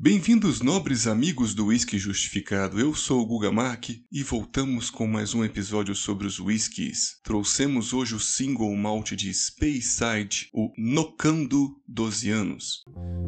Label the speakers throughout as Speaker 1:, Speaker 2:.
Speaker 1: Bem-vindos, nobres amigos do Whisky Justificado. Eu sou o Guga Mark e voltamos com mais um episódio sobre os whiskies. Trouxemos hoje o single malt de Speyside, o Knocando 12 anos.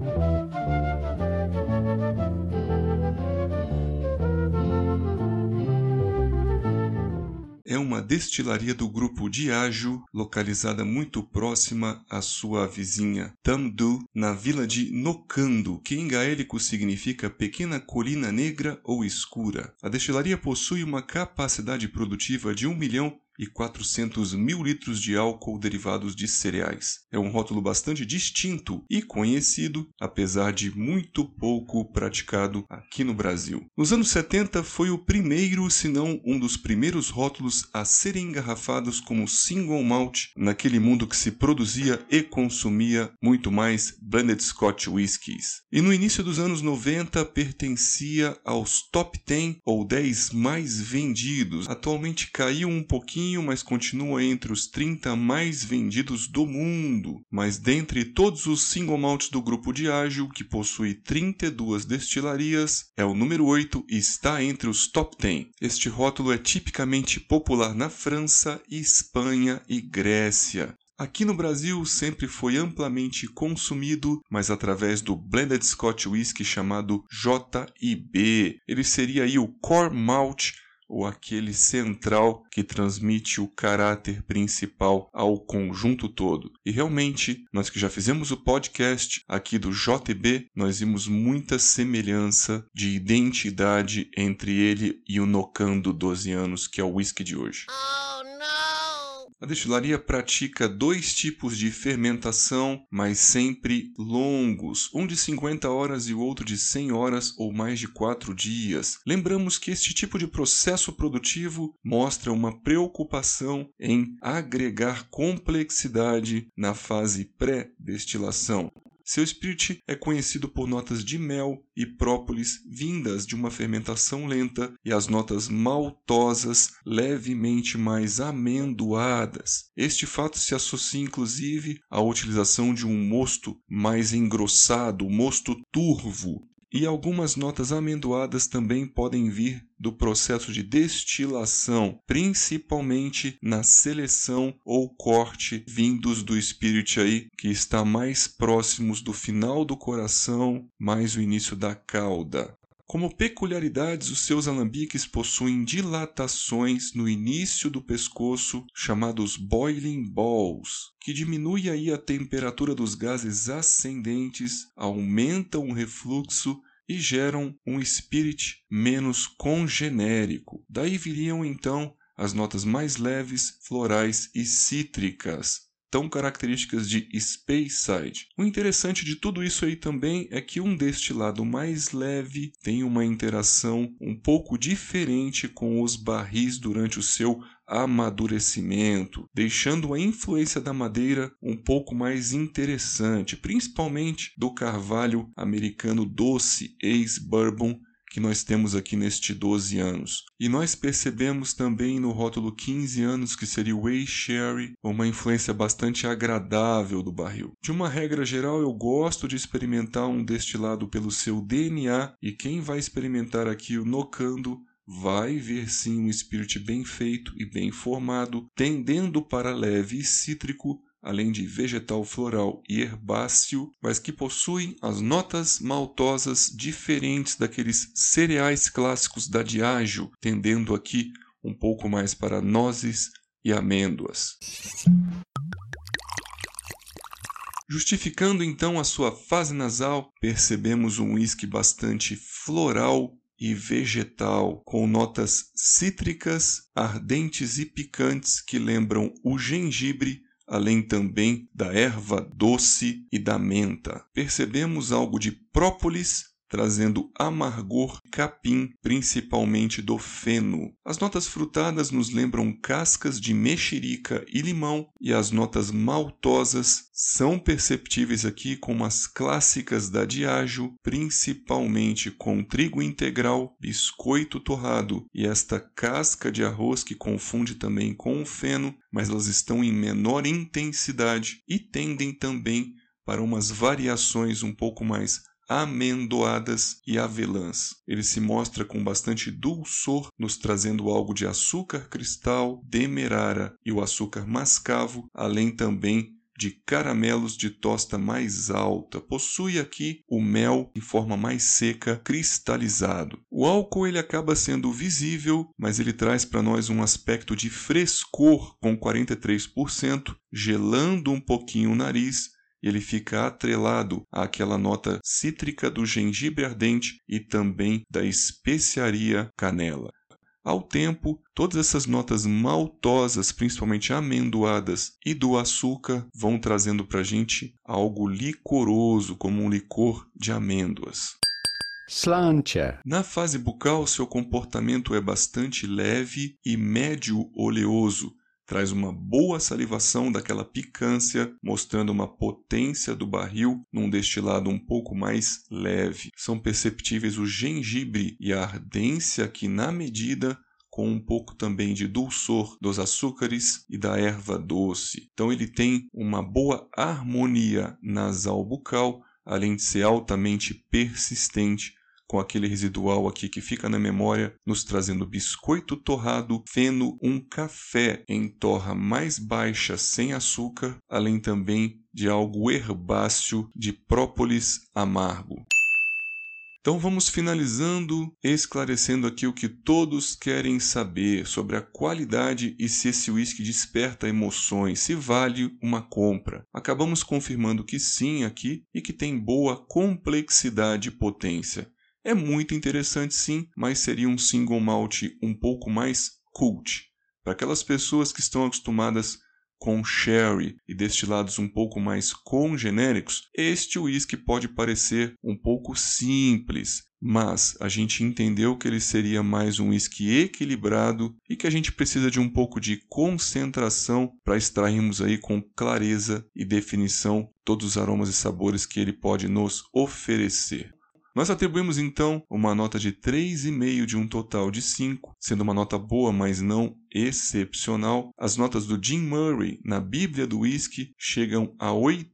Speaker 1: É uma destilaria do grupo Diageo, localizada muito próxima à sua vizinha Tamdhu, na vila de Knocando, que em gaélico significa pequena colina negra ou escura. A destilaria possui uma capacidade produtiva de 1.400.000 litros de álcool derivados de cereais. É um rótulo bastante distinto e conhecido, apesar de muito pouco praticado aqui no Brasil. Nos anos 70 foi o primeiro, se não um dos primeiros rótulos a serem engarrafados como single malt naquele mundo que se produzia e consumia muito mais blended Scotch whiskies. E no início dos anos 90 pertencia aos top 10 ou 10 mais vendidos. Atualmente caiu um pouquinho, mas continua entre os 30 mais vendidos do mundo. Mas dentre todos os single malts do grupo Diageo, que possui 32 destilarias, é o número 8 e está entre os top 10. Este rótulo é tipicamente popular na França, Espanha e Grécia. Aqui no Brasil sempre foi amplamente consumido, mas através do Blended Scotch Whisky chamado JIB. Ele seria aí o core malt, ou aquele central que transmite o caráter principal ao conjunto todo. E realmente, nós que já fizemos o podcast aqui do JB, nós vimos muita semelhança de identidade entre ele e o Knocando 12 anos, que é o whisky de hoje. A destilaria pratica 2 tipos de fermentação, mas sempre longos, um de 50 horas e o outro de 100 horas ou mais de 4 dias. Lembramos que este tipo de processo produtivo mostra uma preocupação em agregar complexidade na fase pré-destilação. Seu spirit é conhecido por notas de mel e própolis vindas de uma fermentação lenta e as notas maltosas levemente mais amendoadas. Este fato se associa inclusive à utilização de um mosto mais engrossado, mosto turvo. E algumas notas amendoadas também podem vir do processo de destilação, principalmente na seleção ou corte vindos do spirit aí, que está mais próximos do final do coração, mais o início da cauda. Como peculiaridades, os seus alambiques possuem dilatações no início do pescoço, chamados boiling balls, que diminui aí a temperatura dos gases ascendentes, aumentam o refluxo e geram um spirit menos congenérico. Daí viriam então as notas mais leves, florais e cítricas, tão características de Speyside. O interessante de tudo isso aí também é que um destilado mais leve tem uma interação um pouco diferente com os barris durante o seu amadurecimento, deixando a influência da madeira um pouco mais interessante, principalmente do carvalho americano doce ex-bourbon que nós temos aqui neste 12 anos. E nós percebemos também no rótulo 15 anos, que seria o Whey Sherry, uma influência bastante agradável do barril. De uma regra geral, eu gosto de experimentar um destilado pelo seu DNA, e quem vai experimentar aqui o Knocando vai ver sim um spirit bem feito e bem formado, tendendo para leve e cítrico, além de vegetal, floral e herbáceo, mas que possuem as notas maltosas diferentes daqueles cereais clássicos da Diageo, tendendo aqui um pouco mais para nozes e amêndoas. Justificando então a sua fase nasal, percebemos um whisky bastante floral e vegetal, com notas cítricas, ardentes e picantes que lembram o gengibre, além também da erva doce e da menta. Percebemos algo de própolis, trazendo amargor, capim, principalmente do feno. As notas frutadas nos lembram cascas de mexerica e limão, e as notas maltosas são perceptíveis aqui como as clássicas da Diageo, principalmente com trigo integral, biscoito torrado e esta casca de arroz que confunde também com o feno, mas elas estão em menor intensidade e tendem também para umas variações um pouco mais amendoadas e avelãs. Ele se mostra com bastante dulçor, nos trazendo algo de açúcar cristal, demerara e o açúcar mascavo, além também de caramelos de tosta mais alta. Possui aqui o mel em forma mais seca, cristalizado. O álcool ele acaba sendo visível, mas ele traz para nós um aspecto de frescor com 43%, gelando um pouquinho o nariz. Ele fica atrelado àquela nota cítrica do gengibre ardente e também da especiaria canela. Ao tempo, todas essas notas maltosas, principalmente amendoadas, e do açúcar vão trazendo para a gente algo licoroso, como um licor de amêndoas.
Speaker 2: Sláinte.
Speaker 1: Na fase bucal, seu comportamento é bastante leve e médio oleoso. Traz uma boa salivação daquela picância, mostrando uma potência do barril num destilado um pouco mais leve. São perceptíveis o gengibre e a ardência aqui na medida, com um pouco também de dulçor dos açúcares e da erva doce. Então ele tem uma boa harmonia nasal bucal, além de ser altamente persistente, com aquele residual aqui que fica na memória, nos trazendo biscoito torrado, feno, um café em torra mais baixa sem açúcar, além também de algo herbáceo de própolis amargo. Então vamos finalizando, esclarecendo aqui o que todos querem saber sobre a qualidade e se esse whisky desperta emoções, se vale uma compra. Acabamos confirmando que sim aqui e que tem boa complexidade e potência. É muito interessante sim, mas seria um single malt um pouco mais cult. Para aquelas pessoas que estão acostumadas com sherry e destilados um pouco mais congenéricos, este whisky pode parecer um pouco simples, mas a gente entendeu que ele seria mais um whisky equilibrado e que a gente precisa de um pouco de concentração para extrairmos aí com clareza e definição todos os aromas e sabores que ele pode nos oferecer. Nós atribuímos então uma nota de 3,5 de um total de 5, sendo uma nota boa, mas não excepcional. As notas do Jim Murray na Bíblia do Whisky chegam a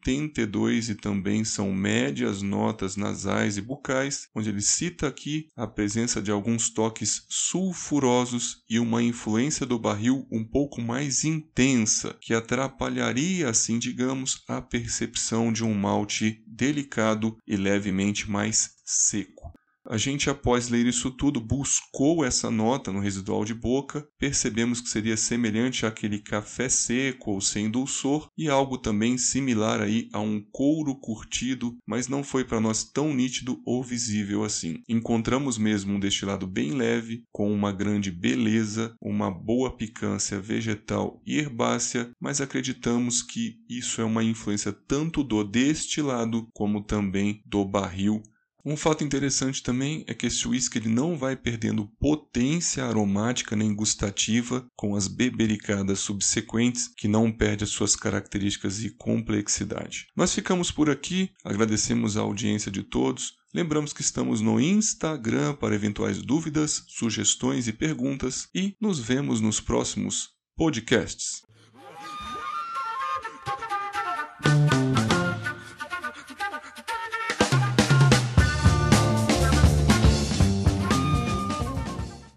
Speaker 1: 82 e também são médias notas nasais e bucais, onde ele cita aqui a presença de alguns toques sulfurosos e uma influência do barril um pouco mais intensa, que atrapalharia, assim digamos, a percepção de um malte delicado e levemente mais seco. A gente, após ler isso tudo, buscou essa nota no residual de boca, percebemos que seria semelhante àquele café seco ou sem dulçor e algo também similar aí a um couro curtido, mas não foi para nós tão nítido ou visível assim. Encontramos mesmo um destilado bem leve, com uma grande beleza, uma boa picância vegetal e herbácea, mas acreditamos que isso é uma influência tanto do destilado como também do barril. Um fato interessante também é que esse whisky ele não vai perdendo potência aromática nem gustativa com as bebericadas subsequentes, que não perde as suas características e complexidade. Nós ficamos por aqui, agradecemos a audiência de todos. Lembramos que estamos no Instagram para eventuais dúvidas, sugestões e perguntas e nos vemos nos próximos podcasts.